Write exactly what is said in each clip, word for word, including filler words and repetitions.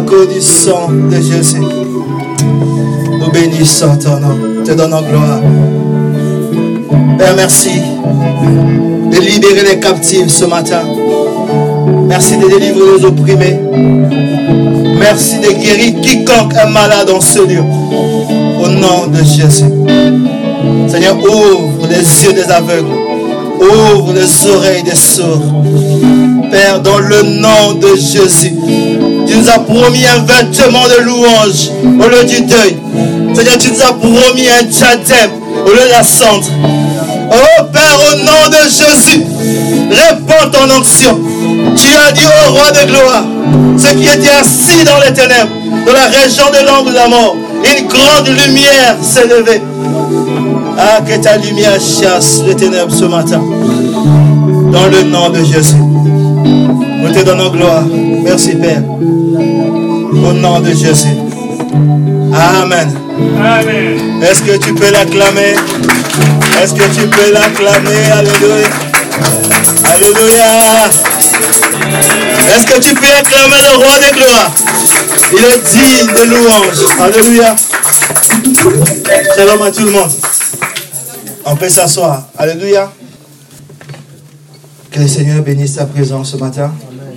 cause du sang de Jésus. Nous bénissons ton nom, te donnons gloire. Père, merci de libérer les captifs ce matin. Merci de délivrer les opprimés. Merci de guérir quiconque est malade en ce lieu. Au nom de Jésus. Seigneur, ouvre les yeux des aveugles. Ouvre les oreilles des sourds. Père, dans le nom de Jésus, tu nous as promis un vêtement de louange au lieu du deuil. Seigneur, tu nous as promis un diadème au lieu de la cendre. Oh Père, au nom de Jésus, répands ton onction. Tu as dit au roi de gloire, ceux qui étaient assis dans les ténèbres, dans la région de l'ombre de la mort, une grande lumière s'est levée. Ah, que ta lumière chasse les ténèbres ce matin. Dans le nom de Jésus. Nous te donnons gloire. Merci Père. Au nom de Jésus. Amen. Amen. Est-ce que tu peux l'acclamer? Est-ce que tu peux l'acclamer? Alléluia. Alléluia. Est-ce que tu peux acclamer le roi des gloires? Il est digne de louange. Alléluia. Shalom à tout le monde. On peut s'asseoir. Alléluia. Que le Seigneur bénisse ta présence ce matin.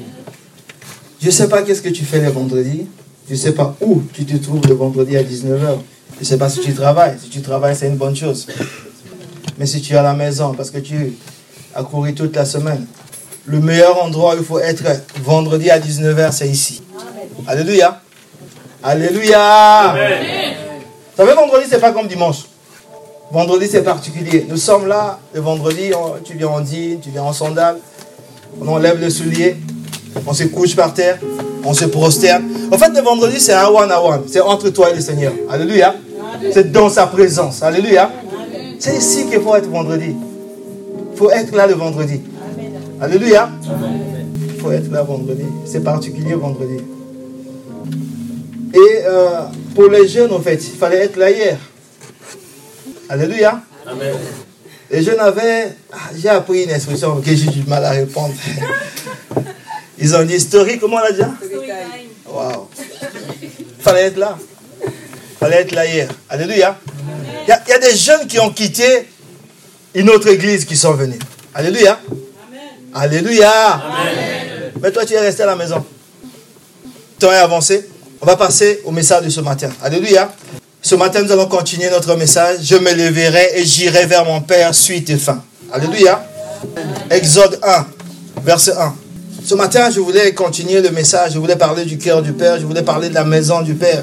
Je ne sais pas qu'est-ce que tu fais les vendredis. Je ne sais pas où tu te trouves le vendredi à dix-neuf heures. Je ne sais pas si tu travailles. Si tu travailles, c'est une bonne chose. Mais si tu es à la maison, parce que tu as couru toute la semaine, le meilleur endroit où il faut être vendredi à dix-neuf heures, c'est ici. Amen. Alléluia. Alléluia. Amen. Vous savez, vendredi, ce n'est pas comme dimanche. Vendredi, c'est particulier. Nous sommes là, le vendredi, on, tu viens en jean, tu viens en sandales, on enlève le soulier, on se couche par terre, on se prosterne. En fait, le vendredi, c'est un one-à-one. C'est entre toi et le Seigneur. Alléluia. C'est dans sa présence. Alléluia. C'est ici qu'il faut être vendredi. Il faut être là le vendredi. Alléluia. Il faut être là vendredi. C'est particulier vendredi. Et euh, pour les jeunes, en fait, il fallait être là hier. Alléluia. Amen. Les jeunes avaient... Ah, j'ai appris une expression que j'ai du mal à répondre. Ils ont dit story, comment on l'a dit? Waouh. Il fallait être là. Il fallait être là hier. Alléluia. Il y, y a des jeunes qui ont quitté une autre église qui sont venus. Alléluia. Amen. Alléluia. Amen. Mais toi, tu es resté à la maison. Le temps est avancé. On va passer au message de ce matin. Alléluia. Ce matin, nous allons continuer notre message. Je me leverai et j'irai vers mon Père, suite et fin. Alléluia. Exode un, verset un. Ce matin, je voulais continuer le message. Je voulais parler du cœur du Père. Je voulais parler de la maison du Père.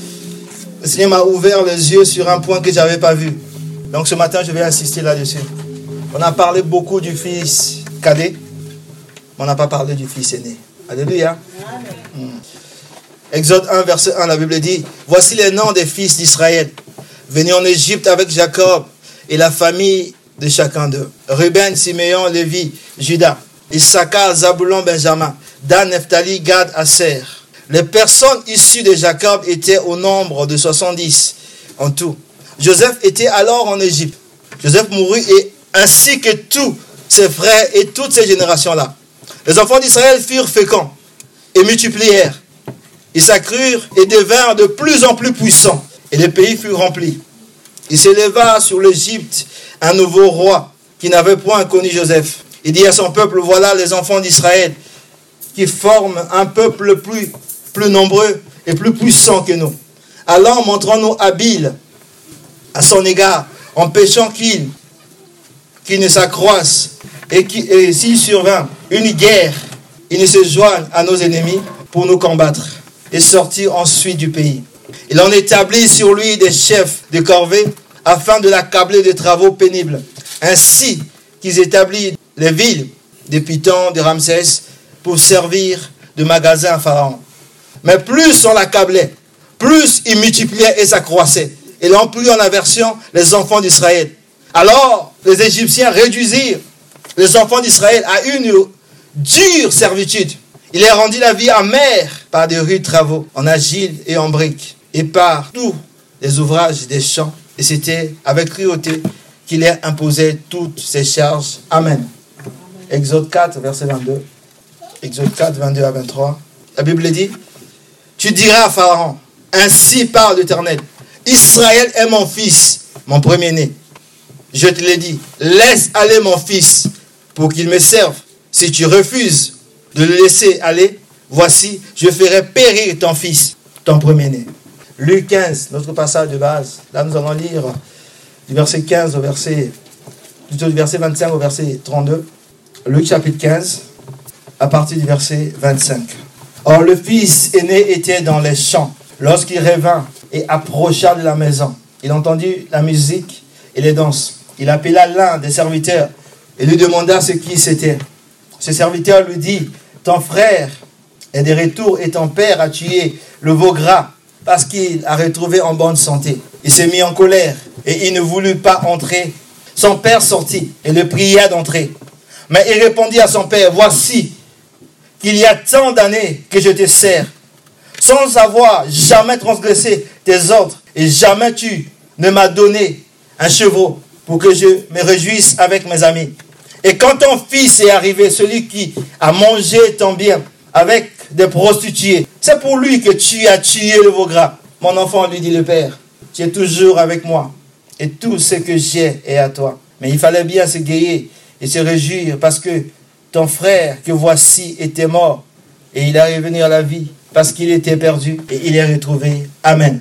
Le Seigneur m'a ouvert les yeux sur un point que je n'avais pas vu. Donc ce matin, je vais insister là-dessus. On a parlé beaucoup du fils cadet, mais on n'a pas parlé du fils aîné. Alléluia. Amen. Exode un, verset un, la Bible dit, « Voici les noms des fils d'Israël, venus en Égypte avec Jacob et la famille de chacun d'eux. Ruben, Siméon, Lévi, Judas, Issachar, Zabulon, Benjamin, Dan, Nephtali, Gad, Aser. Les personnes issues de Jacob étaient au nombre de soixante-dix en tout. Joseph était alors en Égypte. Joseph mourut et ainsi que tous ses frères et toutes ces générations-là. Les enfants d'Israël furent féconds et multiplièrent. Ils s'accrurent et devinrent de plus en plus puissants. Et le pays fut rempli. Il s'éleva sur l'Égypte un nouveau roi qui n'avait point connu Joseph. Il dit à son peuple, voilà les enfants d'Israël qui forment un peuple plus, plus nombreux et plus puissant que nous. Alors montrons-nous habiles à son égard, empêchant qu'il, qu'il ne s'accroisse et, qui, et s'il survint une guerre, il ne se joigne à nos ennemis pour nous combattre et sortir ensuite du pays. Il en établit sur lui des chefs de corvée afin de l'accabler de travaux pénibles, ainsi qu'ils établissent les villes de Python, de Ramsès, pour servir de magasin à Pharaon. Mais plus on l'accablait, plus il multipliait et s'accroissait. Et l'on prit en aversion les enfants d'Israël. Alors, les Égyptiens réduisirent les enfants d'Israël à une dure servitude. Il les rendit la vie amère par de rudes travaux, en argile et en briques, et par tous les ouvrages des champs. Et c'était avec cruauté qu'il leur imposait toutes ces charges. Amen. Exode quatre, verset vingt-deux. Exode quatre, vingt-deux à vingt-trois. La Bible dit, tu diras à Pharaon, ainsi parle l'Éternel, Israël est mon fils, mon premier-né. Je te l'ai dit, laisse aller mon fils pour qu'il me serve. Si tu refuses de le laisser aller, voici, je ferai périr ton fils, ton premier-né. Luc quinze, notre passage de base. Là, nous allons lire du verset quinze au verset, plutôt du verset vingt-cinq au verset trente-deux. Luc chapitre quinze, à partir du verset vingt-cinq. Or, le fils aîné était dans les champs lorsqu'il revint et approcha de la maison. Il entendit la musique et les danses. Il appela l'un des serviteurs et lui demanda ce qui c'était. Ce serviteur lui dit, ton frère est de retour et ton père a tué le veau gras parce qu'il a retrouvé en bonne santé. Il s'est mis en colère et il ne voulut pas entrer. Son père sortit et le pria d'entrer. Mais il répondit à son père, voici qu'il y a tant d'années que je te sers, sans avoir jamais transgressé tes ordres, et jamais tu ne m'as donné un chevreau pour que je me réjouisse avec mes amis. Et quand ton fils est arrivé, celui qui a mangé ton bien avec des prostituées, c'est pour lui que tu as tué le veau gras. Mon enfant, lui dit le père, tu es toujours avec moi, et tout ce que j'ai est à toi. Mais il fallait bien se gayer et se réjouir parce que ton frère que voici était mort et il est revenu à la vie parce qu'il était perdu et il est retrouvé. Amen.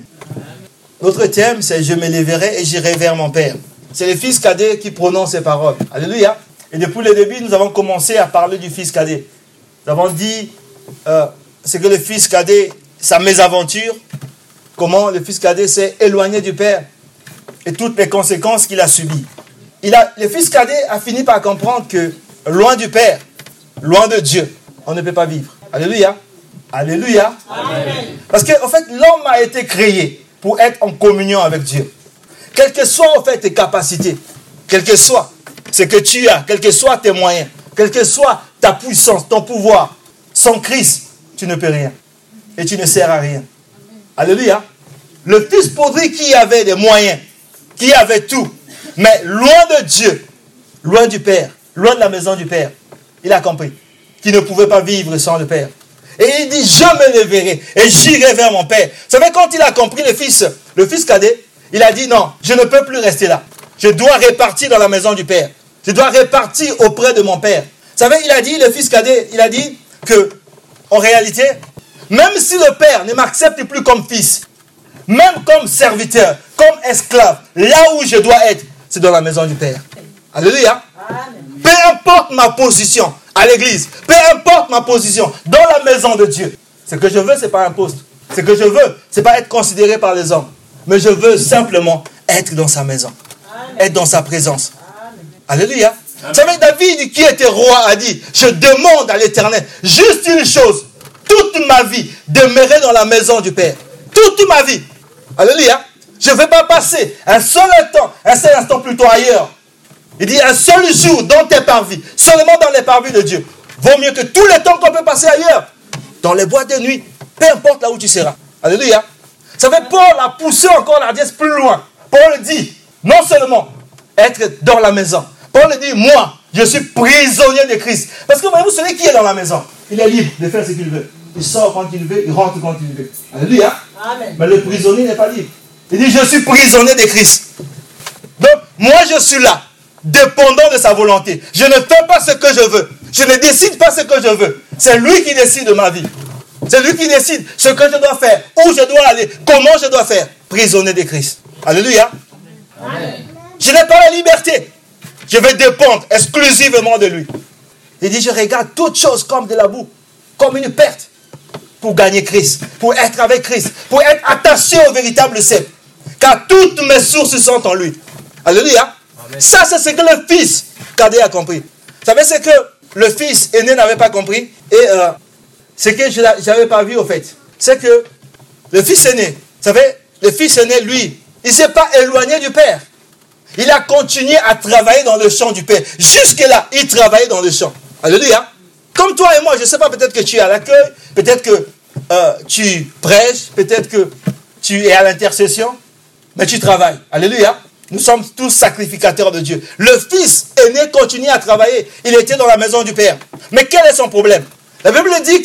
Notre thème, c'est « Je me lèverai et j'irai vers mon Père ». C'est le fils cadet qui prononce ces paroles. Alléluia. Et depuis le début, nous avons commencé à parler du fils cadet. Nous avons dit euh, ce que le fils cadet, sa mésaventure, comment le fils cadet s'est éloigné du Père et toutes les conséquences qu'il a subies. Il a, le fils cadet a fini par comprendre que loin du Père, loin de Dieu, on ne peut pas vivre. Alléluia. Alléluia. Amen. Parce qu'en fait, l'homme a été créé pour être en communion avec Dieu. Quelles que soient en fait tes capacités, quel que soit ce que tu as, quels que soient tes moyens, quelle que soit ta puissance, ton pouvoir, sans Christ, tu ne peux rien. Et tu ne sers à rien. Alléluia. Le fils prodigue qui avait des moyens, qui avait tout, mais loin de Dieu, loin du Père, loin de la maison du Père, il a compris qu'il ne pouvait pas vivre sans le Père. Et il dit, je me lèverai et j'irai vers mon Père. Vous savez, quand il a compris le fils, le fils cadet, il a dit, non, je ne peux plus rester là. Je dois repartir dans la maison du Père. Je dois repartir auprès de mon Père. Vous savez, il a dit, le fils cadet, il a dit que, en réalité, même si le Père ne m'accepte plus comme fils, même comme serviteur, comme esclave, là où je dois être, c'est dans la maison du Père. Alléluia. Amen. Peu importe ma position à l'église, peu importe ma position dans la maison de Dieu, ce que je veux, ce n'est pas un poste. Ce que je veux, ce n'est pas être considéré par les hommes. Mais je veux simplement être dans sa maison. Amen. Être dans sa présence. Amen. Alléluia. Amen. Vous savez, David, qui était roi, a dit, je demande à l'Éternel juste une chose, toute ma vie, demeurer dans la maison du Père. Toute ma vie. Alléluia. Je ne vais pas passer un seul instant, un seul instant plutôt ailleurs. Il dit un seul jour dans tes parvis, seulement dans les parvis de Dieu. Vaut mieux que tout le temps qu'on peut passer ailleurs. Dans les boîtes de nuit, peu importe là où tu seras. Alléluia. Vous savez, Paul a poussé encore la dièse plus loin. Paul dit, non seulement être dans la maison. Paul dit, moi, je suis prisonnier de Christ. Parce que voyez-vous, celui qui est dans la maison, il est libre de faire ce qu'il veut. Il sort quand il veut, il rentre quand il veut. Alléluia. Amen. Mais le prisonnier n'est pas libre. Il dit, je suis prisonnier de Christ. Donc, moi, je suis là, dépendant de sa volonté. Je ne fais pas ce que je veux. Je ne décide pas ce que je veux. C'est lui qui décide de ma vie. C'est lui qui décide ce que je dois faire, où je dois aller, comment je dois faire. Prisonnier de Christ. Alléluia. Amen. Je n'ai pas la liberté. Je vais dépendre exclusivement de lui. Il dit, je regarde toutes choses comme de la boue, comme une perte, pour gagner Christ, pour être avec Christ, pour être attaché au véritable cep. Car toutes mes sources sont en lui. Alléluia. Amen. Ça, c'est ce que le fils cadet a compris. Vous savez ce que le fils aîné n'avait pas compris? Et euh, ce que je n'avais pas vu, au fait, c'est que le fils aîné, vous savez, le fils aîné, lui, il ne s'est pas éloigné du Père. Il a continué à travailler dans le champ du Père. Jusque-là, il travaillait dans le champ. Alléluia. Comme toi et moi, je ne sais pas, peut-être que tu es à l'accueil, peut-être que euh, tu prêches, peut-être que tu es à l'intercession, mais tu travailles. Alléluia. Nous sommes tous sacrificateurs de Dieu. Le fils aîné continue à travailler. Il était dans la maison du Père. Mais quel est son problème? La Bible dit que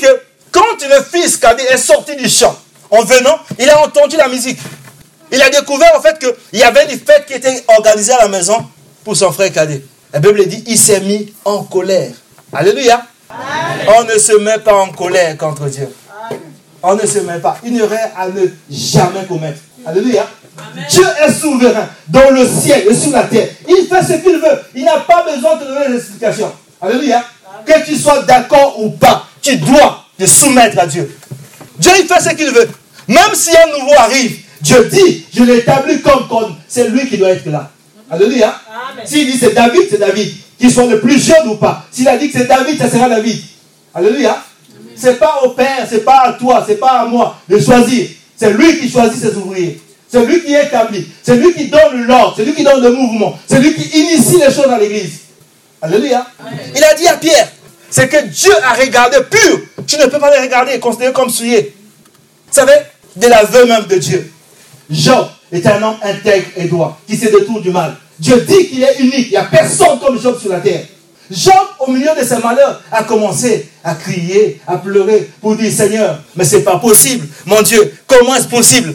Quand le fils cadet est sorti du champ, en venant, il a entendu la musique. Il a découvert en fait qu'il y avait une fête qui était organisée à la maison pour son frère cadet. La Bible dit, il s'est mis en colère. Alléluia. Amen. On ne se met pas en colère contre Dieu. Amen. On ne se met pas. Une erreur à ne jamais commettre. Alléluia. Amen. Dieu est souverain dans le ciel et sur la terre. Il fait ce qu'il veut. Il n'a pas besoin de te donner des explications. Alléluia. Amen. Que tu sois d'accord ou pas, tu dois te soumettre à Dieu. Dieu, il fait ce qu'il veut. Même si un nouveau arrive, Dieu dit, je l'établis comme comme c'est lui qui doit être là. Alléluia. Amen. S'il dit c'est David, c'est David. Qu'il soit le plus jeune ou pas. S'il a dit que c'est David, ça sera David. Alléluia. Ce n'est pas au Père, ce n'est pas à toi, ce n'est pas à moi de choisir. C'est lui qui choisit ses ouvriers. C'est lui qui établit. C'est lui qui donne l'ordre. C'est lui qui donne le mouvement. C'est lui qui initie les choses dans l'église. Alléluia. Amen. Il a dit à Pierre, c'est que Dieu a regardé pur. Tu ne peux pas les regarder et considérer comme souillés. Vous savez, de l'aveu même de Dieu. Job est un homme intègre et droit, qui se détourne du mal. Dieu dit qu'il est unique. Il n'y a personne comme Job sur la terre. Job, au milieu de ses malheurs, a commencé à crier, à pleurer pour dire, Seigneur, mais ce n'est pas possible. Mon Dieu, comment est-ce possible?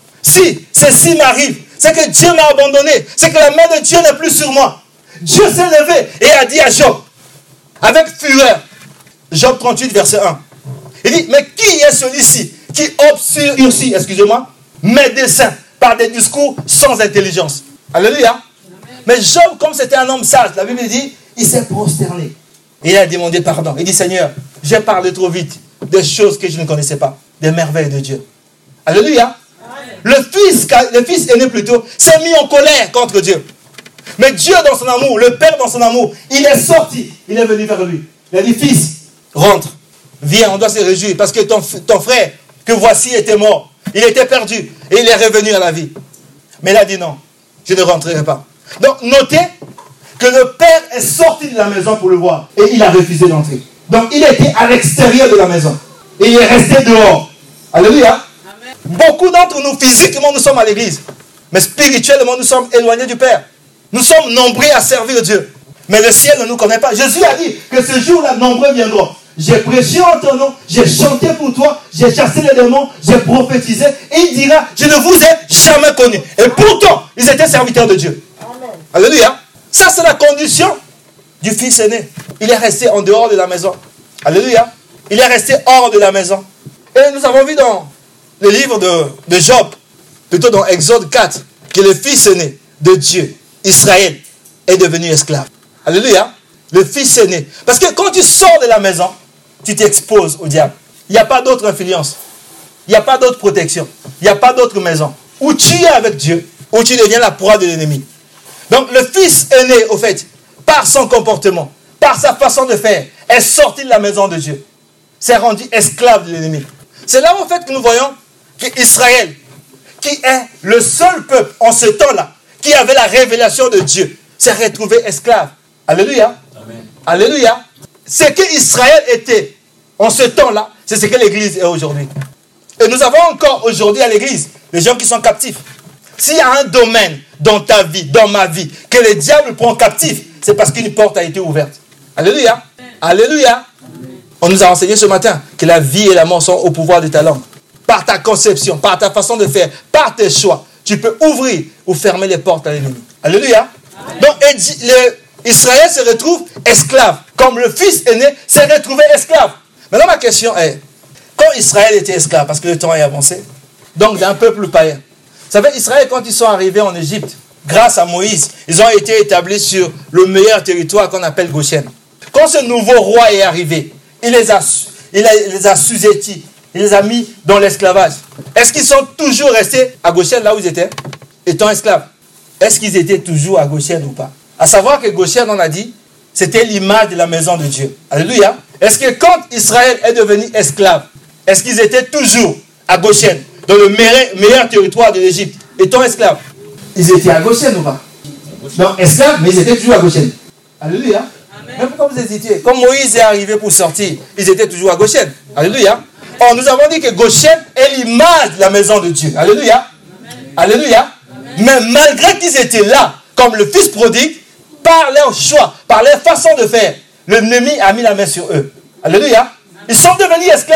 Si ceci m'arrive, c'est que Dieu m'a abandonné. C'est que la main de Dieu n'est plus sur moi. Dieu s'est levé et a dit à Job, avec fureur, Job trente-huit, verset un. Il dit, mais qui est celui-ci qui obscurcit, excusez-moi, mes desseins par des discours sans intelligence? Alléluia. Mais Job, comme c'était un homme sage, la Bible dit, il s'est prosterné. Et il a demandé pardon. Il dit, Seigneur, j'ai parlé trop vite des choses que je ne connaissais pas, des merveilles de Dieu. Alléluia. Le fils, le fils aîné plutôt, s'est mis en colère contre Dieu. Mais Dieu dans son amour, le Père dans son amour, il est sorti, il est venu vers lui. Il a dit, fils, rentre, viens, on doit se réjouir parce que ton, ton frère, que voici, était mort. Il était perdu et il est revenu à la vie. Mais il a dit non, je ne rentrerai pas. Donc notez que le père est sorti de la maison pour le voir et il a refusé d'entrer. Donc il était à l'extérieur de la maison et il est resté dehors. Alléluia. Amen. Beaucoup d'entre nous, physiquement, nous sommes à l'église. Mais spirituellement, nous sommes éloignés du Père. Nous sommes nombreux à servir Dieu. Mais le ciel ne nous connaît pas. Jésus a dit que ce jour-là, nombreux viendront. J'ai prêché en ton nom, j'ai chanté pour toi, j'ai chassé les démons, j'ai prophétisé. Et il dira, je ne vous ai jamais connu. Et pourtant, ils étaient serviteurs de Dieu. Amen. Alléluia. Ça, c'est la condition du fils aîné. Il est resté en dehors de la maison. Alléluia. Il est resté hors de la maison. Et nous avons vu dans le livre de, de Job, plutôt dans Exode quatre, que le fils aîné de Dieu, Israël, est devenu esclave. Alléluia. Le fils aîné. Parce que quand tu sors de la maison, tu t'exposes au diable. Il n'y a pas d'autre influence. Il n'y a pas d'autre protection. Il n'y a pas d'autre maison. Où tu es avec Dieu, où tu deviens la proie de l'ennemi. Donc le fils aîné, au fait, par son comportement, par sa façon de faire, est sorti de la maison de Dieu. S'est rendu esclave de l'ennemi. C'est là, en fait, que nous voyons qu'Israël, qui est le seul peuple en ce temps-là, qui avait la révélation de Dieu, s'est retrouvé esclave. Alléluia. Amen. Alléluia. Ce qu'Israël était en ce temps-là, c'est ce que l'Église est aujourd'hui. Et nous avons encore aujourd'hui à l'Église des gens qui sont captifs. S'il y a un domaine dans ta vie, dans ma vie, que le diable prend captif, c'est parce qu'une porte a été ouverte. Alléluia. Amen. Alléluia. Amen. On nous a enseigné ce matin que la vie et la mort sont au pouvoir de ta langue. Par ta conception, par ta façon de faire, par tes choix, tu peux ouvrir ou fermer les portes à l'ennemi. Alléluia. Amen. Donc, le Israël se retrouve esclave, comme le fils aîné s'est retrouvé esclave. Maintenant, ma question est, quand Israël était esclave, parce que le temps est avancé, donc d'un peuple païen, vous savez, Israël, quand ils sont arrivés en Égypte, grâce à Moïse, ils ont été établis sur le meilleur territoire qu'on appelle Goshen. Quand ce nouveau roi est arrivé, il les a, il les a assujettis, il les a mis dans l'esclavage. Est-ce qu'ils sont toujours restés à Goshen, là où ils étaient, étant esclaves? Est-ce qu'ils étaient toujours à Goshen ou pas? À savoir que Goshen, on a dit, c'était l'image de la maison de Dieu. Alléluia. Est-ce que quand Israël est devenu esclave, est-ce qu'ils étaient toujours à Goshen, dans le meilleur, meilleur territoire de l'Égypte, étant esclaves? Ils étaient à Goshen ou pas? Non, esclaves, mais ils étaient toujours à Goshen. Alléluia. Amen. Mais pourquoi vous hésitez? Quand Moïse est arrivé pour sortir, ils étaient toujours à Goshen. Alléluia. Or, nous avons dit que Goshen est l'image de la maison de Dieu. Alléluia. Amen. Alléluia. Amen. Mais malgré qu'ils étaient là, comme le fils prodigue, par leur choix, par leur façon de faire, l'ennemi a mis la main sur eux. Alléluia. Ils sont devenus esclaves.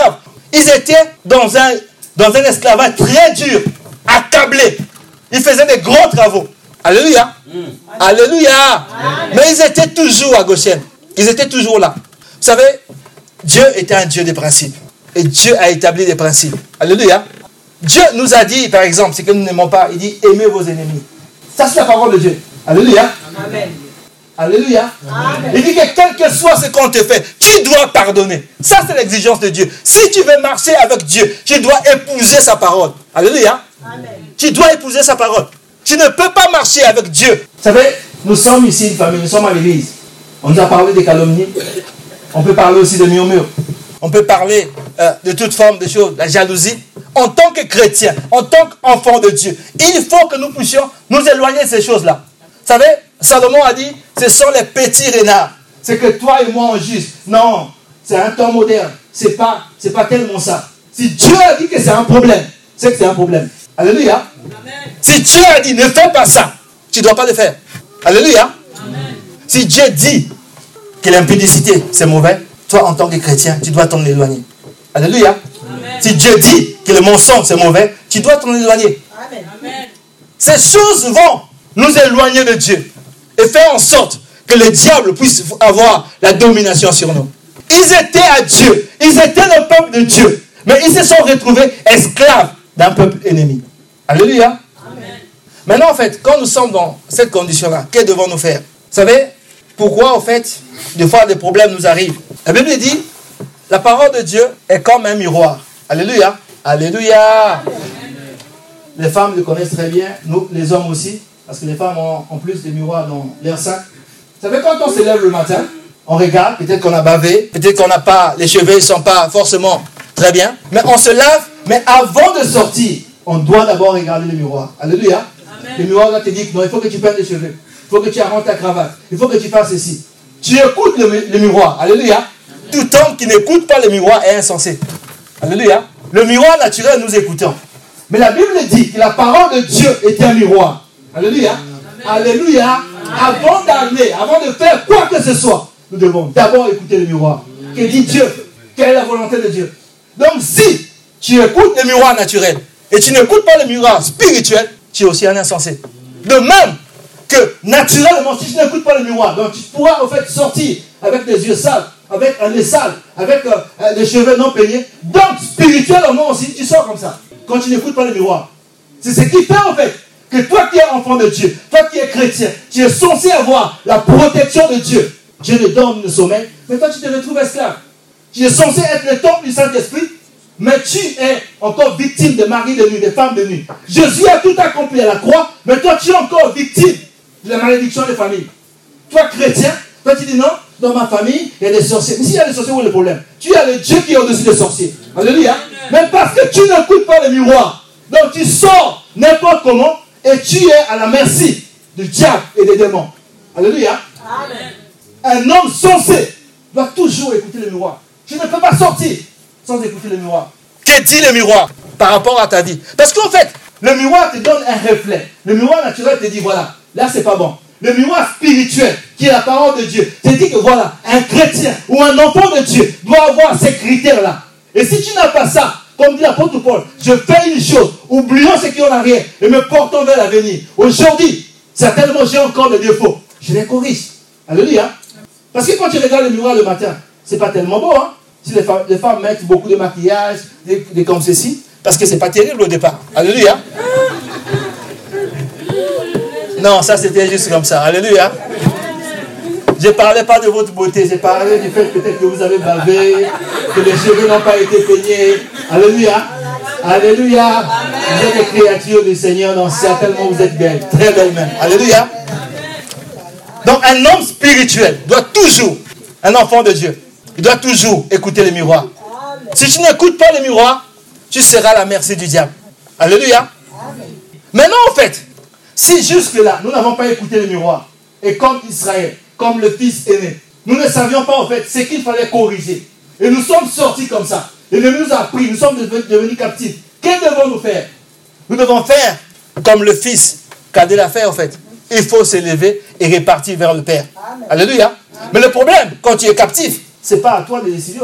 Ils étaient dans un, dans un esclavage très dur, accablés. Ils faisaient des grands travaux. Alléluia. Mm. Alléluia. Amen. Mais ils étaient toujours à Goshen. Ils étaient toujours là. Vous savez, Dieu était un Dieu des principes. Et Dieu a établi des principes. Alléluia. Dieu nous a dit, par exemple, c'est que nous n'aimons pas, il dit, aimez vos ennemis. Ça, c'est la parole de Dieu. Alléluia. Amen. Alléluia. Amen. Il dit que quel que soit ce qu'on te fait, tu dois pardonner. Ça, c'est l'exigence de Dieu. Si tu veux marcher avec Dieu, tu dois épouser sa parole. Alléluia. Amen. Tu dois épouser sa parole. Tu ne peux pas marcher avec Dieu. Vous savez, nous sommes ici une famille, nous sommes à l'église. On nous a parlé des calomnies. On peut parler aussi de murmures. On peut parler euh, de toute forme de choses, la jalousie. En tant que chrétien, en tant qu'enfant de Dieu, il faut que nous puissions nous éloigner de ces choses-là. Vous savez, Salomon a dit, ce sont les petits renards. C'est que toi et moi on juge. Non, c'est un temps moderne. C'est pas, c'est pas tellement ça. Si Dieu a dit que c'est un problème, c'est que c'est un problème. Alléluia. Amen. Si Dieu a dit, ne fais pas ça, tu ne dois pas le faire. Alléluia. Amen. Si Dieu dit que l'impudicité, c'est mauvais, toi, en tant que chrétien, tu dois t'en éloigner. Alléluia. Amen. Si Dieu dit que le mensonge, c'est mauvais, tu dois t'en éloigner. Amen. Ces choses vont nous éloigner de Dieu et faire en sorte que le diable puisse avoir la domination sur nous. Ils étaient à Dieu. Ils étaient le peuple de Dieu. Mais ils se sont retrouvés esclaves d'un peuple ennemi. Alléluia. Amen. Maintenant, en fait, quand nous sommes dans cette condition-là, que devons-nous faire? Vous savez, pourquoi, en fait, des fois, des problèmes nous arrivent? La Bible dit, la parole de Dieu est comme un miroir. Alléluia. Alléluia. Amen. Les femmes le connaissent très bien, nous, les hommes aussi, parce que les femmes ont en plus des miroirs dans leur sac. Vous savez, quand on se lève le matin, on regarde, peut-être qu'on a bavé, peut-être qu'on n'a pas, les cheveux ne sont pas forcément très bien, mais on se lave, mais avant de sortir, on doit d'abord regarder le miroir. Alléluia. Amen. Le miroir là te dit que non, il faut que tu peignes les cheveux, il faut que tu arranges ta cravate, il faut que tu fasses ceci. Tu écoutes le, le miroir. Alléluia. Amen. Tout homme qui n'écoute pas le miroir est insensé. Alléluia. Le miroir naturel, nous écoutons. Mais la Bible dit que la parole de Dieu est un miroir. Alléluia. Amen. Alléluia. Amen. Avant d'aller, avant de faire quoi que ce soit, nous devons d'abord écouter le miroir. Que dit Dieu? Quelle est la volonté de Dieu? Donc si tu écoutes le miroir naturel et tu n'écoutes pas le miroir spirituel, tu es aussi un insensé. De même que naturellement, si tu n'écoutes pas le miroir, donc tu pourras en fait sortir avec des yeux sales, avec un nez sale, avec euh, des cheveux non peignés. Donc spirituellement aussi, tu sors comme ça. Quand tu n'écoutes pas le miroir. C'est ce qui fait en fait que toi qui es enfant de Dieu, toi qui es chrétien, tu es censé avoir la protection de Dieu. Dieu ne dort, ne sommeille, mais toi tu te retrouves esclave. Tu es censé être le temple du Saint-Esprit, mais tu es encore victime des maris de nuit, des femmes de nuit. Jésus a tout accompli à la croix, mais toi tu es encore victime de la malédiction des familles. Toi chrétien, toi tu dis non, dans ma famille, il y a des sorciers. Mais s'il y a des sorciers, où est le problème? Tu as le Dieu qui est au-dessus des sorciers. Alléluia. Mais parce que tu n'écoutes pas le miroir, donc tu sors n'importe comment et tu es à la merci du diable et des démons. Alléluia. Amen. Un homme censé doit toujours écouter le miroir. Tu ne peux pas sortir sans écouter le miroir. Que dit le miroir par rapport à ta vie? Parce qu'en fait, le miroir te donne un reflet. Le miroir naturel te dit voilà, là c'est pas bon. Le miroir spirituel, qui est la parole de Dieu, te dit que voilà, un chrétien ou un enfant de Dieu doit avoir ces critères-là. Et si tu n'as pas ça, comme dit l'apôtre Paul, je fais une chose, oublions ce qui est en arrière et me portons vers l'avenir. Aujourd'hui, certainement j'ai encore des défauts. Je les corrige. Alléluia. Parce que quand tu regardes le miroir le matin, c'est pas tellement beau, hein. Si les femmes, les femmes mettent beaucoup de maquillage, des, des comme ceci, parce que c'est pas terrible au départ. Alléluia. Non, ça c'était juste comme ça. Alléluia. Je ne parlais pas de votre beauté, j'ai parlé du fait peut-être que vous avez bavé, que les cheveux n'ont pas été peignés. Alléluia. Alléluia. Vous êtes des créatures du Seigneur, donc certainement vous êtes belles, très belles même. Alléluia. Donc un homme spirituel doit toujours, un enfant de Dieu, il doit toujours écouter le miroir. Si tu n'écoutes pas le miroir, tu seras à la merci du diable. Alléluia. Maintenant en fait, si jusque-là, nous n'avons pas écouté le miroir, et comme Israël, comme le fils aîné, nous ne savions pas en fait ce qu'il fallait corriger. Et nous sommes sortis comme ça. Et nous nous a pris, nous sommes devenus, devenus captifs. Que devons-nous faire? Nous devons faire comme le fils cadet l'a fait en fait. Il faut se lever et repartir vers le Père. Amen. Alléluia. Amen. Mais le problème, quand tu es captif, ce n'est pas à toi de décider en fait.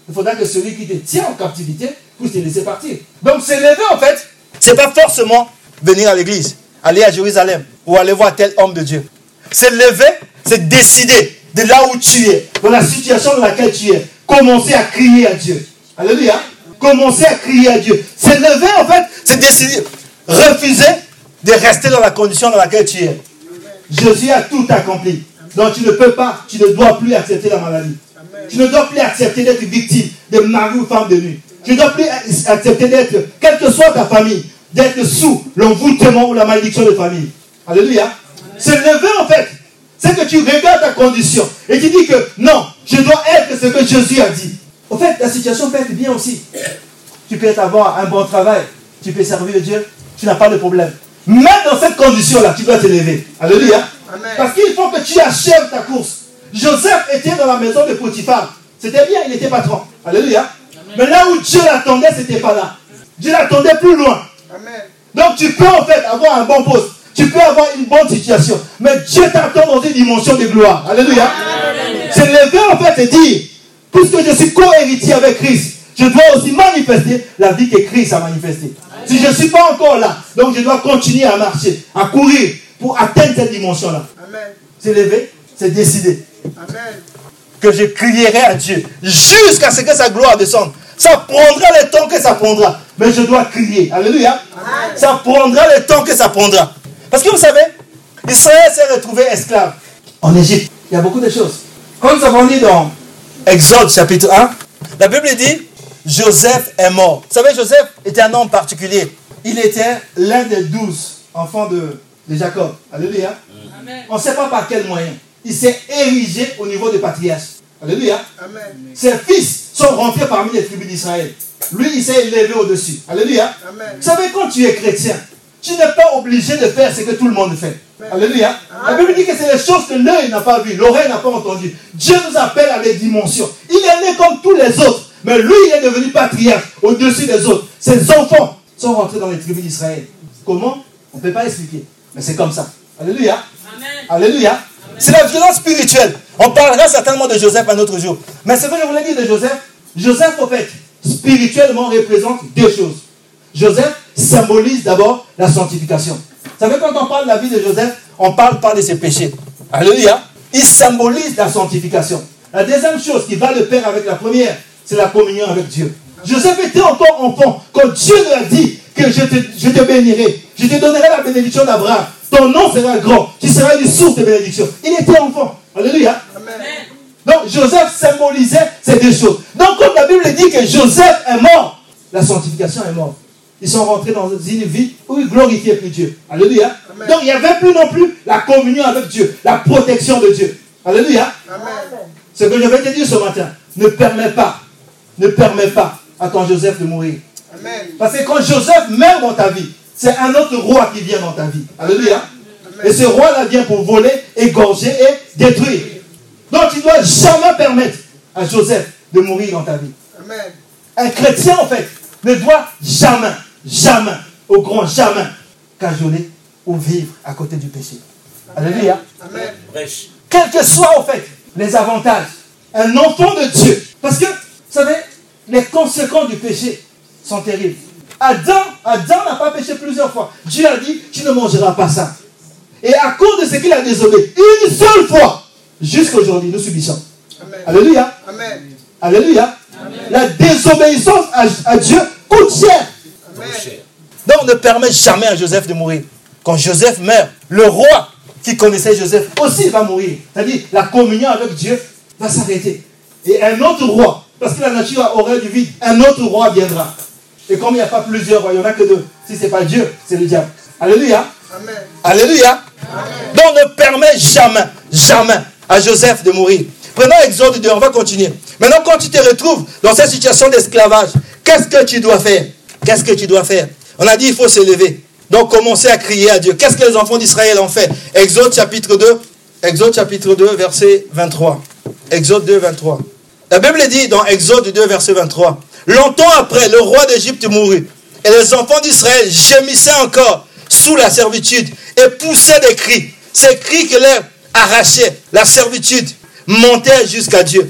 il faudra que celui qui te tient en captivité puisse te laisser partir. Donc s'élever en fait, c'est pas forcément venir à l'église, aller à Jérusalem ou aller voir tel homme de Dieu. S'élever, c'est décider de là où tu es, dans la situation dans laquelle tu es, commencer à crier à Dieu. Alléluia. Commencer à crier à Dieu. S'élever en fait, c'est décider, refuser de rester dans la condition dans laquelle tu es. Jésus a tout accompli. Donc tu ne peux pas, tu ne dois plus accepter la maladie. Amen. Tu ne dois plus accepter d'être victime de mari ou femme de nuit. Tu ne dois plus accepter d'être, quelle que soit ta famille, d'être sous l'envoûtement ou la malédiction de famille. Alléluia. Se lever en fait, c'est que tu regardes ta condition et tu dis que non, je dois être ce que Jésus a dit. En fait, la situation peut être bien aussi. Tu peux avoir un bon travail, tu peux servir Dieu, tu n'as pas de problème. Même dans cette condition-là, tu dois te lever. Alléluia. Amen. Parce qu'il faut que tu achèves ta course. Joseph était dans la maison de Potiphar. C'était bien, il était patron. Alléluia. Amen. Mais là où Dieu l'attendait, ce n'était pas là. Dieu l'attendait plus loin. Amen. Donc tu peux en fait avoir un bon poste. Tu peux avoir une bonne situation. Mais Dieu t'attend dans une dimension de gloire. Alléluia. Amen. Se lever en fait et dire, puisque je suis co-héritier avec Christ, je dois aussi manifester la vie que Christ a manifestée. Si je ne suis pas encore là, donc je dois continuer à marcher, à courir pour atteindre cette dimension-là. C'est lever, c'est décider. Amen. Que je crierai à Dieu jusqu'à ce que sa gloire descende. Ça prendra le temps que ça prendra, mais je dois crier. Alléluia. Amen. Ça prendra le temps que ça prendra. Parce que vous savez, Israël s'est retrouvé esclave en Égypte. Il y a beaucoup de choses. Comme nous avons dit dans Exode chapitre un, la Bible dit Joseph est mort. Vous savez, Joseph était un homme particulier. Il était l'un des douze enfants de, de Jacob. Alléluia. Amen. On ne sait pas par quel moyen. Il s'est érigé au niveau des patriarches. Alléluia. Amen. Ses fils sont rentrés parmi les tribus d'Israël. Lui, il s'est élevé au-dessus. Alléluia. Amen. Vous savez, quand tu es chrétien, tu n'es pas obligé de faire ce que tout le monde fait. Amen. Alléluia. Amen. La Bible dit que c'est les choses que l'œil n'a pas vues, l'oreille n'a pas entendues. Dieu nous appelle à des dimensions. Il est né comme tous les autres. Mais lui, il est devenu patriarche au-dessus des autres. Ses enfants sont rentrés dans les tribus d'Israël. Comment? On ne peut pas expliquer. Mais c'est comme ça. Alléluia. Amen. Alléluia. Amen. C'est la violence spirituelle. On parlera certainement de Joseph un autre jour. Mais ce que je voulais dire de Joseph, Joseph, en fait, spirituellement représente deux choses. Joseph symbolise d'abord la sanctification. Vous savez, quand on parle de la vie de Joseph, on parle pas de ses péchés. Alléluia. Il symbolise la sanctification. La deuxième chose qui va de pair avec la première, c'est la communion avec Dieu. Joseph était encore enfant quand Dieu lui a dit que je te, je te bénirai. Je te donnerai la bénédiction d'Abraham. Ton nom sera grand. Tu seras une source de bénédiction. Il était enfant. Alléluia. Amen. Donc Joseph symbolisait ces deux choses. Donc quand la Bible dit que Joseph est mort, la sanctification est morte. Ils sont rentrés dans une vie où ils glorifiaient plus Dieu. Alléluia. Amen. Donc il n'y avait plus non plus la communion avec Dieu, la protection de Dieu. Alléluia. Amen. Ce que je vais te dire ce matin, ne permets pas Ne permet pas à ton Joseph de mourir. Amen. Parce que quand Joseph meurt dans ta vie, c'est un autre roi qui vient dans ta vie. Alléluia. Amen. Et ce roi-là vient pour voler, égorger et détruire. Donc tu ne dois jamais permettre à Joseph de mourir dans ta vie. Amen. Un chrétien, en fait, ne doit jamais, jamais, au grand jamais, cajoler ou vivre à côté du péché. Amen. Alléluia. Amen. Quels que soient, en fait, les avantages, un enfant de Dieu. Parce que vous savez, les conséquences du péché sont terribles. Adam, Adam n'a pas péché plusieurs fois. Dieu a dit, tu ne mangeras pas ça. Et à cause de ce qu'il a désobéi, une seule fois, jusqu'à aujourd'hui, nous subissons. Amen. Alléluia. Amen. Alléluia. Amen. La désobéissance à, à Dieu coûte cher. Amen. Donc ne permet jamais à Joseph de mourir. Quand Joseph meurt, le roi qui connaissait Joseph aussi va mourir. C'est-à-dire, la communion avec Dieu va s'arrêter. Et un autre roi, parce que la nature a horreur du vide, un autre roi viendra. Et comme il n'y a pas plusieurs rois, il n'y en a que deux. Si ce n'est pas Dieu, c'est le diable. Alléluia. Amen. Alléluia. Amen. Donc ne permet jamais, jamais à Joseph de mourir. Prenons Exode deux, on va continuer. Maintenant, quand tu te retrouves dans cette situation d'esclavage, qu'est-ce que tu dois faire? Qu'est-ce que tu dois faire? On a dit il faut se lever. Donc commencer à crier à Dieu. Qu'est-ce que les enfants d'Israël ont fait? Exode chapitre deux, Exode chapitre deux, verset vingt-trois. Exode deux, vingt-trois. La Bible dit dans Exode deux, verset vingt-trois, « Longtemps après, le roi d'Égypte mourut, et les enfants d'Israël gémissaient encore sous la servitude et poussaient des cris. Ces cris que leur arrachaient la servitude montaient jusqu'à Dieu.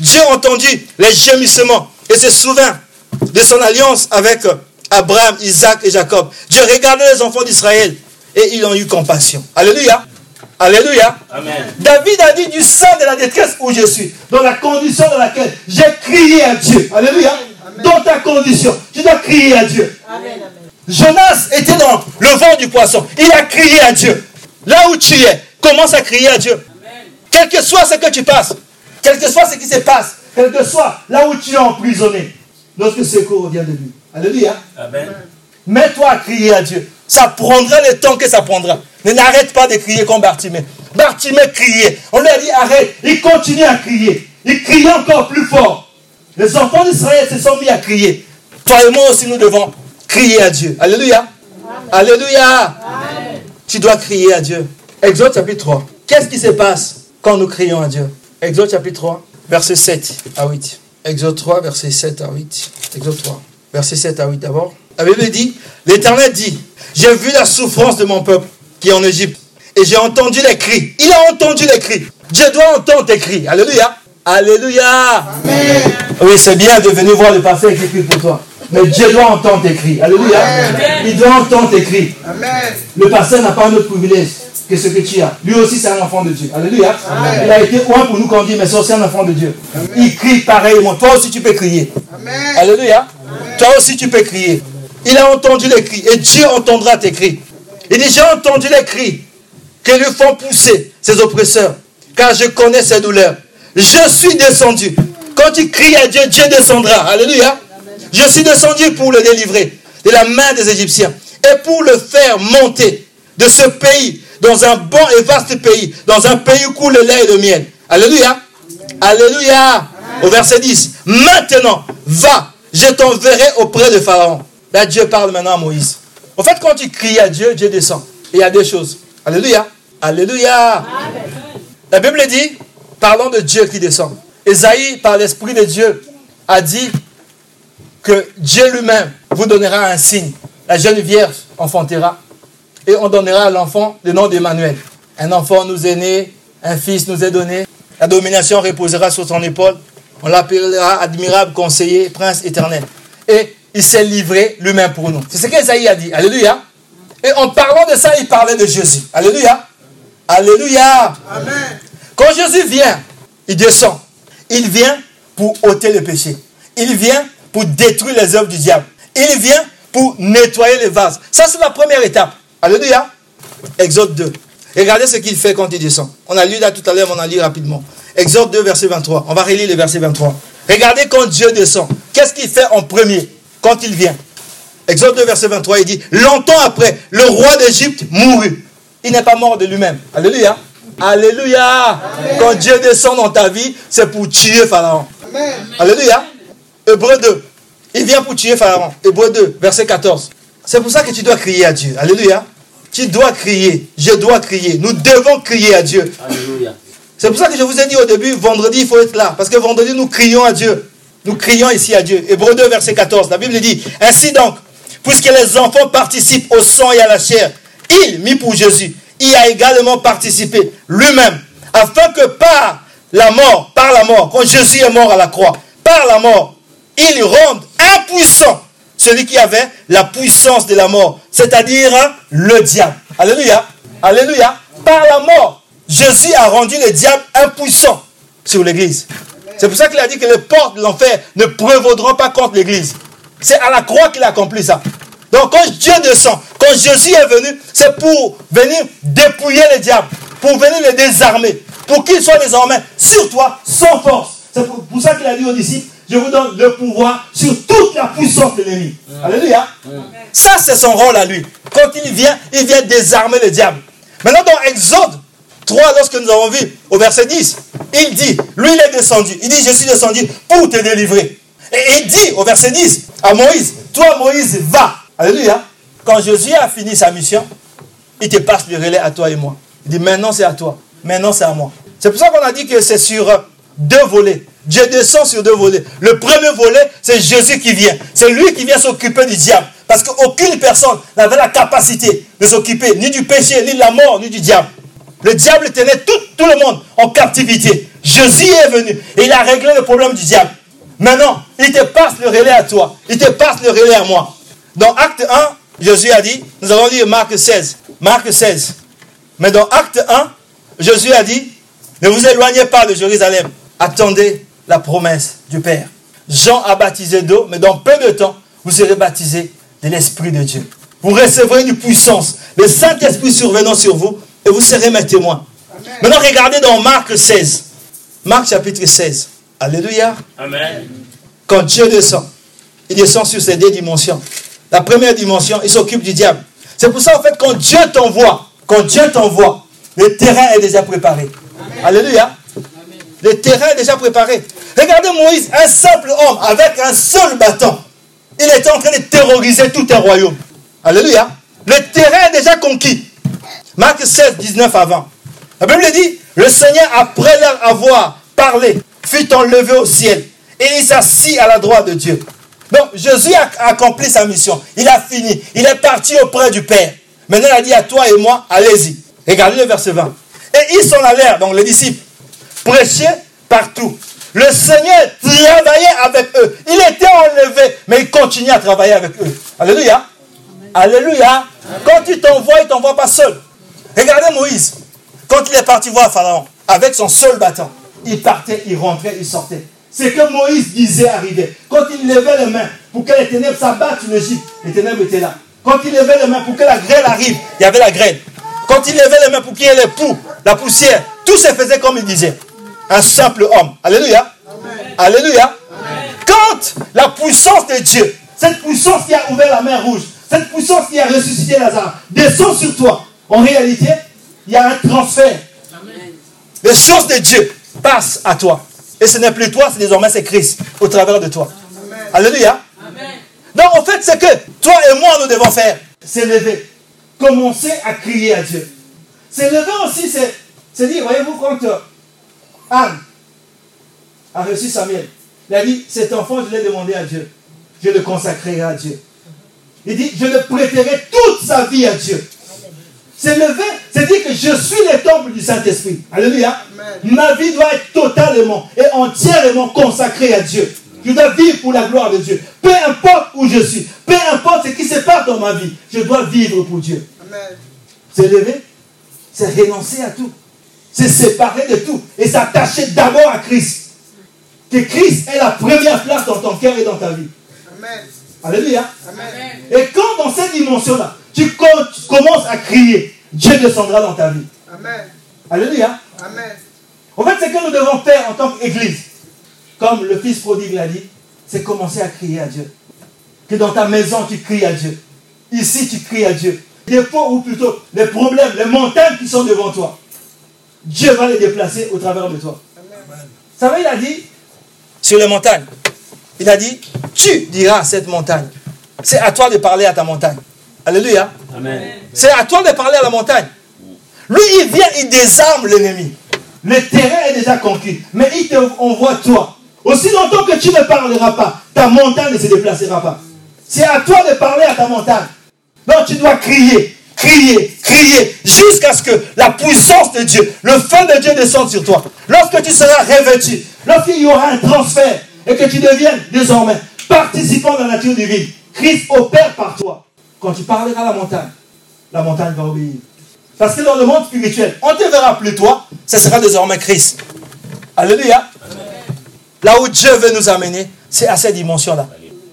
Dieu entendit les gémissements et se souvint de son alliance avec Abraham, Isaac et Jacob. Dieu regardait les enfants d'Israël et il en eut compassion. Alléluia. Alléluia. Amen. David a dit du sein de la détresse où je suis, dans la condition dans laquelle j'ai crié à Dieu. Alléluia. Amen. Dans ta condition, tu dois crier à Dieu. Amen. Jonas était dans le vent du poisson. Il a crié à Dieu. Là où tu es, commence à crier à Dieu. Amen. Quel que soit ce que tu passes, quel que soit ce qui se passe, quel que soit là où tu es emprisonné, notre secours vient de lui. Alléluia. Amen. Mets-toi à crier à Dieu. Ça prendra le temps que ça prendra. Mais n'arrête pas de crier comme Bartimée. Bartimée criait. On lui a dit arrête. Il continue à crier. Il criait encore plus fort. Les enfants d'Israël se sont mis à crier. Toi et moi aussi, nous devons crier à Dieu. Alléluia. Amen. Alléluia. Amen. Tu dois crier à Dieu. Exode chapitre trois. Qu'est-ce qui se passe quand nous crions à Dieu? Exode chapitre trois, versets sept à huit. Exode trois, versets sept à huit. Exode trois, versets sept à huit d'abord. La Bible dit, l'Éternel dit, j'ai vu la souffrance de mon peuple qui est en Égypte et j'ai entendu les cris. Il a entendu les cris. Dieu doit entendre tes cris. Alléluia. Alléluia. Amen. Oui, c'est bien de venir voir le pasteur qui crie pour toi. Mais Dieu doit entendre tes cris. Alléluia. Amen. Il doit entendre tes cris. Amen. Le pasteur n'a pas un autre privilège que ce que tu as. Lui aussi, c'est un enfant de Dieu. Alléluia. Amen. Il a été loin pour nous quand on dit, mais c'est aussi un enfant de Dieu. Amen. Il crie pareillement. Toi aussi, tu peux crier. Amen. Alléluia. Amen. Toi aussi, tu peux crier. Il a entendu les cris et Dieu entendra tes cris. Il dit, j'ai entendu les cris que lui font pousser ses oppresseurs, car je connais ses douleurs. Je suis descendu. Quand tu cries à Dieu, Dieu descendra. Alléluia. Je suis descendu pour le délivrer de la main des Égyptiens et pour le faire monter de ce pays dans un bon et vaste pays, dans un pays où coule le lait et le miel. Alléluia. Alléluia. Au verset dix. Maintenant, va, je t'enverrai auprès de Pharaon. Là, Dieu parle maintenant à Moïse. En fait, quand tu cries à Dieu, Dieu descend. Et il y a deux choses. Alléluia. Alléluia. Amen. La Bible dit, parlons de Dieu qui descend. Ésaïe, par l'Esprit de Dieu, a dit que Dieu lui-même vous donnera un signe. La jeune vierge enfantera. Et on donnera à l'enfant le nom d'Emmanuel. Un enfant nous est né, un fils nous est donné. La domination reposera sur son épaule. On l'appellera admirable conseiller, prince éternel. Et il s'est livré lui-même pour nous. C'est ce qu'Ésaïe a dit. Alléluia. Et en parlant de ça, il parlait de Jésus. Alléluia. Alléluia. Amen. Quand Jésus vient, il descend. Il vient pour ôter le péché. Il vient pour détruire les œuvres du diable. Il vient pour nettoyer les vases. Ça, c'est la première étape. Alléluia. Exode deux. Regardez ce qu'il fait quand il descend. On a lu là tout à l'heure, mais on a lu rapidement. Exode deux, verset vingt-trois. On va relire le verset vingt-trois. Regardez quand Dieu descend. Qu'est-ce qu'il fait en premier quand il vient? Exode deux, verset vingt-trois, il dit, longtemps après, le roi d'Égypte mourut. Il n'est pas mort de lui-même. Alléluia. Alléluia. Amen. Quand Dieu descend dans ta vie, c'est pour tuer Pharaon. Amen. Alléluia. Hébreux deux. Il vient pour tuer Pharaon. Hébreux deux, verset quatorze. C'est pour ça que tu dois crier à Dieu. Alléluia. Tu dois crier. Je dois crier. Nous devons crier à Dieu. Alléluia. C'est pour ça que je vous ai dit au début, vendredi, il faut être là. Parce que vendredi, nous crions à Dieu. Nous crions ici à Dieu. Hébreux deux, verset quatorze. La Bible dit, ainsi donc, puisque les enfants participent au sang et à la chair, il, mis pour Jésus, il a également participé lui-même, afin que par la mort, par la mort, quand Jésus est mort à la croix, par la mort, il rende impuissant celui qui avait la puissance de la mort, c'est-à-dire le diable. Alléluia. Alléluia. Par la mort, Jésus a rendu le diable impuissant sur l'église. C'est pour ça qu'il a dit que les portes de l'enfer ne prévaudront pas contre l'église. C'est à la croix qu'il a accompli ça. Donc quand Dieu descend, quand Jésus est venu, c'est pour venir dépouiller le diable, pour venir le désarmer, pour qu'il soit désormais sur toi sans force. C'est pour, pour ça qu'il a dit aux disciples, je vous donne le pouvoir sur toute la puissance de l'ennemi. Mmh. Alléluia. Mmh. Ça, c'est son rôle à lui. Quand il vient, il vient désarmer le diable. Maintenant, dans Exode trois, lorsque nous avons vu au verset dix, il dit, lui il est descendu. Il dit, je suis descendu pour te délivrer. Et il dit au verset dix à Moïse, toi Moïse, va. Alléluia. Quand Jésus a fini sa mission, il te passe le relais à toi et moi. Il dit, maintenant c'est à toi. Maintenant c'est à moi. C'est pour ça qu'on a dit que c'est sur deux volets. Dieu descend sur deux volets. Le premier volet, c'est Jésus qui vient. C'est lui qui vient s'occuper du diable. Parce qu'aucune personne n'avait la capacité de s'occuper ni du péché, ni de la mort, ni du diable. Le diable tenait tout, tout le monde en captivité. Jésus est venu et il a réglé le problème du diable. Maintenant, il te passe le relais à toi. Il te passe le relais à moi. Dans Acte un, Jésus a dit, nous allons lire Marc seize. Marc seize. Mais dans Acte un, Jésus a dit, ne vous éloignez pas de Jérusalem. Attendez la promesse du Père. Jean a baptisé d'eau, mais dans peu de temps, vous serez baptisés de l'Esprit de Dieu. Vous recevrez une puissance, le Saint-Esprit survenant sur vous, et vous serez mes témoins. Amen. Maintenant, regardez dans Marc seize. Marc chapitre seize. Alléluia. Amen. Quand Dieu descend, il descend sur ces deux dimensions. La première dimension, il s'occupe du diable. C'est pour ça, en fait, quand Dieu t'envoie, quand Dieu t'envoie, le terrain est déjà préparé. Amen. Alléluia. Amen. Le terrain est déjà préparé. Regardez Moïse, un simple homme avec un seul bâton. Il était en train de terroriser tout un royaume. Alléluia. Le terrain est déjà conquis. Marc seize, dix-neuf à vingt. La Bible dit, le Seigneur, après leur avoir parlé, fut enlevé au ciel et il s'assit à la droite de Dieu. Donc, Jésus a accompli sa mission. Il a fini. Il est parti auprès du Père. Maintenant, il a dit à toi et moi, allez-y. Regardez le verset vingt. Et ils s'en allèrent, donc les disciples, prêchaient partout. Le Seigneur travaillait avec eux. Il était enlevé, mais il continuait à travailler avec eux. Alléluia. Amen. Alléluia. Amen. Quand il t'envoie, il ne t'envoie pas seul. Regardez Moïse. Quand il est parti voir Pharaon, avec son seul bâton, il partait, il rentrait, il sortait. C'est que Moïse disait arriver. Quand il levait les mains pour que les ténèbres s'abattent sur l'Égypte, les ténèbres étaient là. Quand il levait les mains pour que la grêle arrive, il y avait la grêle. Quand il levait les mains pour qu'il y ait les poux, la poussière, tout se faisait comme il disait. Un simple homme. Alléluia. Amen. Alléluia. Amen. Quand la puissance de Dieu, cette puissance qui a ouvert la mer rouge, cette puissance qui a ressuscité Lazare, descend sur toi, en réalité, il y a un transfert. Amen. Les choses de Dieu passent à toi. Et ce n'est plus toi, c'est désormais c'est Christ au travers de toi. Amen. Alléluia. Amen. Donc en fait, c'est que toi et moi, nous devons faire, c'est lever. Commencer à crier à Dieu. C'est lever aussi, c'est, c'est dire, voyez-vous, quand euh, Anne a reçu Samuel, il a dit, cet enfant, je l'ai demandé à Dieu. Je le consacrerai à Dieu. Il dit, je le prêterai toute sa vie à Dieu. C'est lever, c'est dire que je suis le temple du Saint-Esprit. Alléluia. Amen. Ma vie doit être totalement et entièrement consacrée à Dieu. Je dois vivre pour la gloire de Dieu. Peu importe où je suis, peu importe ce qui se passe dans ma vie, je dois vivre pour Dieu. Amen. C'est lever, c'est renoncer à tout. C'est séparer de tout et s'attacher d'abord à Christ. Que Christ est la première place dans ton cœur et dans ta vie. Amen. Alléluia. Amen. Et quand dans cette dimension-là, tu commences à crier, Dieu descendra dans ta vie. Amen. Alléluia. Amen. En fait, ce que nous devons faire en tant qu'Église, comme le fils prodigue l'a dit, c'est commencer à crier à Dieu. Que dans ta maison, tu cries à Dieu. Ici, tu cries à Dieu. Les défauts, ou plutôt les problèmes, les montagnes qui sont devant toi, Dieu va les déplacer au travers de toi. Amen. Ça va, il a dit, sur les montagnes, il a dit, tu diras à cette montagne, c'est à toi de parler à ta montagne. Alléluia. Amen. C'est à toi de parler à la montagne. Lui, il vient, il désarme l'ennemi. Le terrain est déjà conquis. Mais il te envoie toi. Aussi longtemps que tu ne parleras pas, ta montagne ne se déplacera pas. C'est à toi de parler à ta montagne. Donc tu dois crier, crier, crier, jusqu'à ce que la puissance de Dieu, le feu de Dieu descende sur toi. Lorsque tu seras revêtu, lorsqu'il y aura un transfert et que tu deviennes désormais participant de la nature divine, Christ opère par toi. Quand tu parleras à la montagne, la montagne va obéir. Parce que dans le monde spirituel, on ne te verra plus toi, ce sera désormais Christ. Alléluia. Amen. Là où Dieu veut nous amener, c'est à cette dimension-là.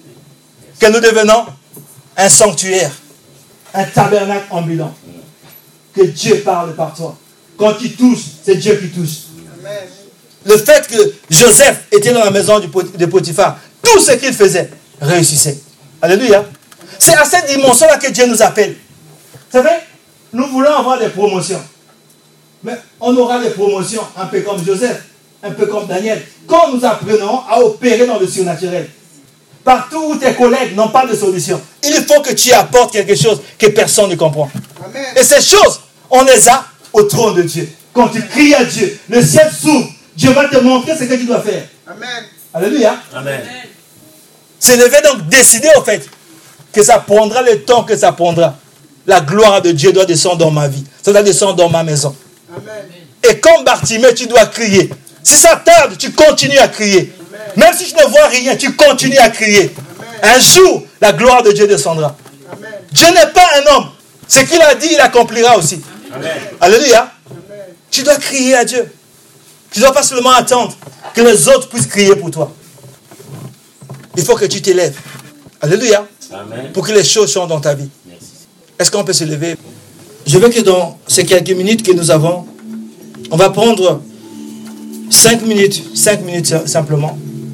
Que nous devenons un sanctuaire, un tabernacle ambulant. Que Dieu parle par toi. Quand tu touches, c'est Dieu qui touche. Amen. Le fait que Joseph était dans la maison de Potiphar, tout ce qu'il faisait réussissait. Alléluia. C'est à cette dimension-là que Dieu nous appelle. Vous savez, nous voulons avoir des promotions. Mais on aura des promotions un peu comme Joseph, un peu comme Daniel. Quand nous apprenons à opérer dans le surnaturel, partout où tes collègues n'ont pas de solution, il faut que tu apportes quelque chose que personne ne comprend. Amen. Et ces choses, on les a au trône de Dieu. Quand tu cries à Dieu, le ciel s'ouvre. Dieu va te montrer ce que tu dois faire. Amen. Alléluia. Amen. C'est levé donc décider au fait que ça prendra le temps que ça prendra. La gloire de Dieu doit descendre dans ma vie. Ça doit descendre dans ma maison. Amen. Et comme Bartimée, tu dois crier. Si ça tarde, tu continues à crier. Même si tu ne vois rien, tu continues à crier. Un jour, la gloire de Dieu descendra. Dieu n'est pas un homme. Ce qu'il a dit, il accomplira aussi. Amen. Alléluia. Amen. Tu dois crier à Dieu. Tu ne dois pas seulement attendre que les autres puissent crier pour toi. Il faut que tu t'élèves. Alléluia. Amen. Pour que les choses changent dans ta vie. Merci. Est-ce qu'on peut se lever? Je veux que dans ces quelques minutes que nous avons, on va prendre cinq minutes, cinq minutes simplement,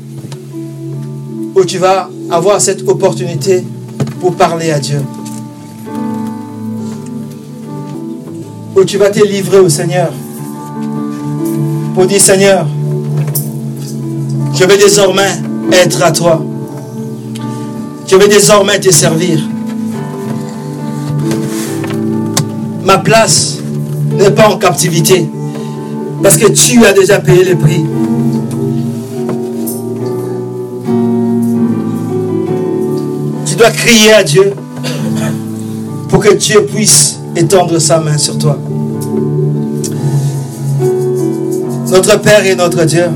où tu vas avoir cette opportunité pour parler à Dieu. Où tu vas te livrer au Seigneur. Pour dire, Seigneur, je vais désormais être à toi. Je vais désormais te servir. Ma place n'est pas en captivité. Parce que tu as déjà payé le prix. Tu dois crier à Dieu pour que Dieu puisse étendre sa main sur toi. Notre Père et notre Dieu,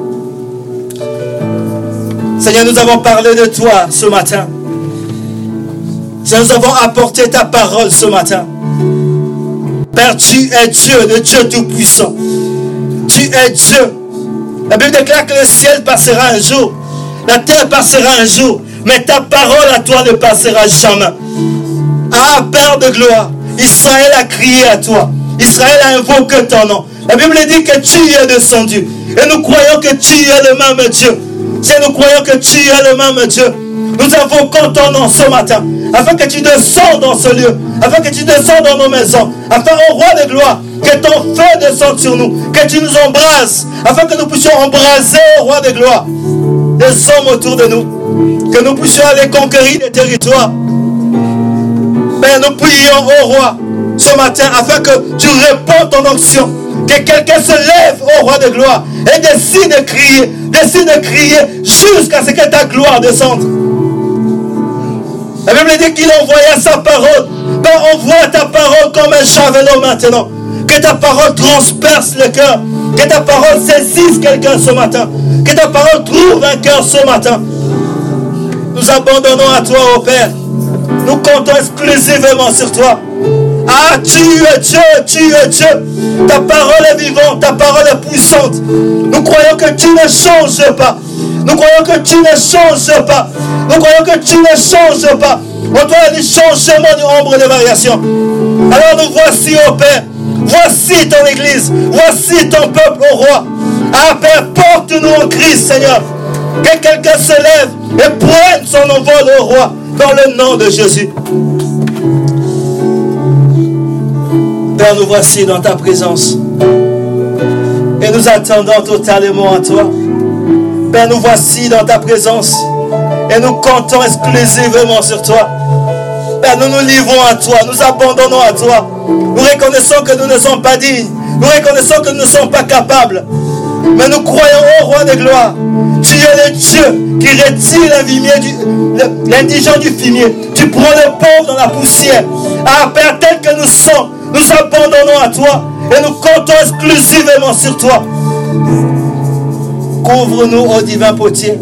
Seigneur, nous avons parlé de toi ce matin. Seigneur, nous avons apporté ta parole ce matin. Père, tu es Dieu, le Dieu tout-puissant. Tu es Dieu. La Bible déclare que le ciel passera un jour, la terre passera un jour, mais ta parole à toi ne passera jamais. Ah, Père de gloire, Israël a crié à toi. Israël a invoqué ton nom. La Bible dit que tu es descendu. Et nous croyons que tu es le même Dieu. Et nous croyons que tu es le même Dieu. Nous invoquons ton nom ce matin, afin que tu descendes dans ce lieu, afin que tu descendes dans nos maisons, afin, ô roi de gloire, que ton feu descende sur nous, que tu nous embrases, afin que nous puissions embraser, ô roi de gloire, les hommes autour de nous, que nous puissions aller conquérir des territoires. Père, nous prions, ô roi, ce matin, afin que tu réponds ton onction, que quelqu'un se lève, ô roi de gloire, et décide de crier, décide de crier jusqu'à ce que ta gloire descende. La Bible dit qu'il envoya sa parole. Père, envoie ta parole comme un javelot maintenant. Que ta parole transperce le cœur. Que ta parole saisisse quelqu'un ce matin. Que ta parole trouve un cœur ce matin. Nous abandonnons à toi, ô Père. Nous comptons exclusivement sur toi. Ah, tu es Dieu, tu es Dieu. Ta parole est vivante, ta parole est puissante. Nous croyons que tu ne changes pas. Nous croyons que tu ne changes pas. Nous croyons que tu ne changes pas. En toi, il y a du changement du nombre de variations. Alors nous voici, ô Père. Voici ton Église. Voici ton peuple, ô Roi. Ah, Père, porte-nous en Christ, Seigneur. Que quelqu'un se lève et prenne son envol, ô Roi, dans le nom de Jésus. Père, nous voici dans ta présence. Et nous attendons totalement à toi. Père, nous voici dans ta présence. Et nous comptons exclusivement sur toi. Père, nous nous livrons à toi. Nous abandonnons à toi. Nous reconnaissons que nous ne sommes pas dignes. Nous reconnaissons que nous ne sommes pas capables. Mais nous croyons, ô roi de gloire, tu es le Dieu qui retire l'indigent du fumier. Tu prends le pauvre dans la poussière. Ah, Père, tel que nous sommes, nous abandonnons à toi et nous comptons exclusivement sur toi. Couvre-nous, ô divin potier.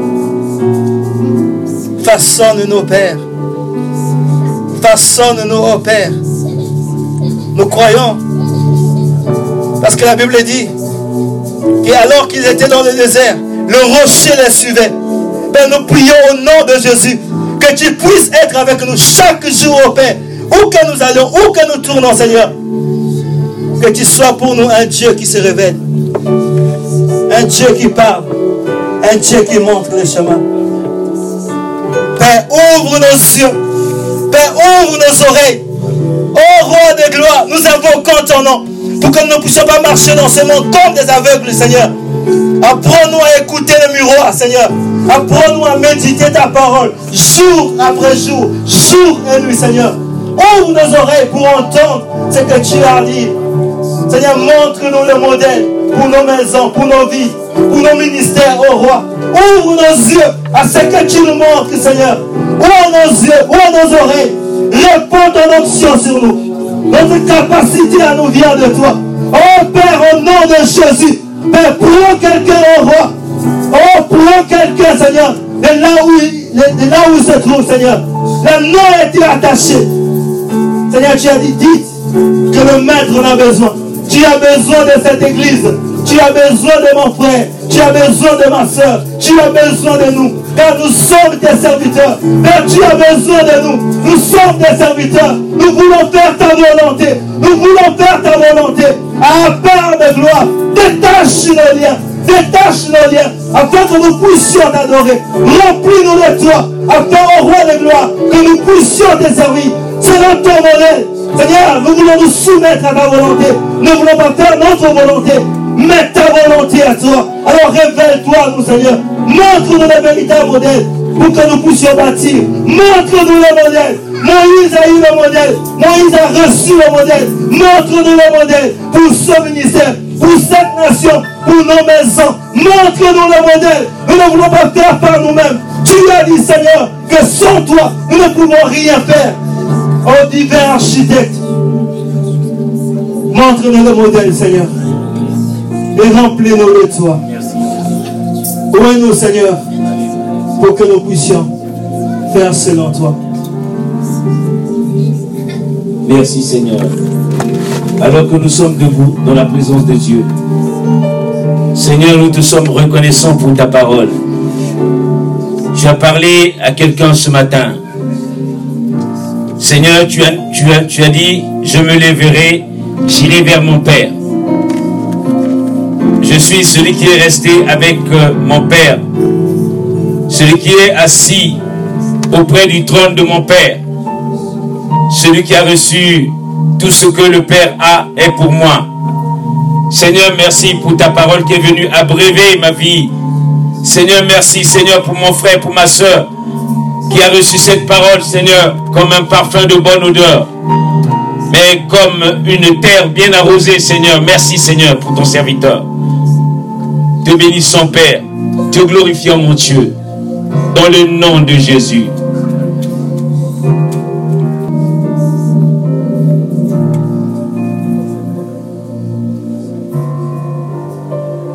Façonne-nous, Père. Façonne-nous, ô Père. Nous croyons, parce que la Bible dit, et alors qu'ils étaient dans le désert, le rocher les suivait. Père, nous prions au nom de Jésus, que tu puisses être avec nous chaque jour, ô Père, où que nous allions, où que nous tournons, Seigneur. Que tu sois pour nous un Dieu qui se révèle, un Dieu qui parle, un Dieu qui montre le chemin. Père, ouvre nos yeux, Père, ouvre nos oreilles. Ô roi de gloire, nous invoquons ton nom, pour que nous ne puissions pas marcher dans ce monde comme des aveugles, Seigneur. Apprends-nous à écouter le miroir, Seigneur. Apprends-nous à méditer ta parole, jour après jour, jour et nuit, Seigneur. Ouvre nos oreilles pour entendre ce que tu as à dire. Seigneur, montre-nous le modèle pour nos maisons, pour nos vies, pour nos ministères, ô roi. Ouvre nos yeux à ce que tu nous montres, Seigneur. Ouvre nos yeux, ouvre nos oreilles. Réponds ton onction sur nous. Notre capacité à nous vient de toi. Oh Père, au nom de Jésus, Père, prends quelqu'un, oh roi. Oh, prends quelqu'un, Seigneur, de là où il, de là où il se trouve, Seigneur. Le nom a été attaché. Seigneur, tu as dit, dites que le maître en a besoin. Tu as besoin de cette église. Tu as besoin de mon frère. Tu as besoin de ma soeur. Tu as besoin de nous. Car nous sommes tes serviteurs. Père, tu as besoin de nous. Nous sommes tes serviteurs. Nous voulons faire ta volonté. Nous voulons faire ta volonté. À part de gloire, détache nos liens. Détache nos liens. Afin que nous puissions t'adorer. Remplis-nous de toi. Afin, au roi de gloire, que nous puissions te servir. Selon ton modèle. Seigneur, nous voulons nous soumettre à ta volonté. Nous ne voulons pas faire notre volonté, mais ta volonté à toi. Alors révèle-toi, nous, Seigneur. Montre-nous le véritable modèle pour que nous puissions bâtir. Montre-nous le modèle. Moïse a eu le modèle. Moïse a reçu le modèle. Montre-nous le modèle pour ce ministère, pour cette nation, pour nos maisons. Montre-nous le modèle. Nous ne voulons pas faire par nous-mêmes. Tu as dit, Seigneur, que sans toi, nous ne pouvons rien faire. Oh divin architecte, montre-nous le modèle, Seigneur, et remplis-nous de toi. Ouvre-nous, Seigneur, pour que nous puissions faire selon toi. Merci, Seigneur. Alors que nous sommes debout dans la présence de Dieu, Seigneur, nous te sommes reconnaissants pour ta parole. Tu as parlé à quelqu'un ce matin. Seigneur, tu as, tu, as, tu as dit, je me lèverai, j'irai vers mon Père. Je suis celui qui est resté avec euh, mon Père, celui qui est assis auprès du trône de mon Père, celui qui a reçu tout ce que le Père a est pour moi. Seigneur, merci pour ta parole qui est venue abréver ma vie. Seigneur, merci, Seigneur, pour mon frère, pour ma soeur, qui a reçu cette parole, Seigneur, comme un parfum de bonne odeur, mais comme une terre bien arrosée, Seigneur. Merci, Seigneur, pour ton serviteur. Te bénissons, Père, te glorifions, mon Dieu, dans le nom de Jésus.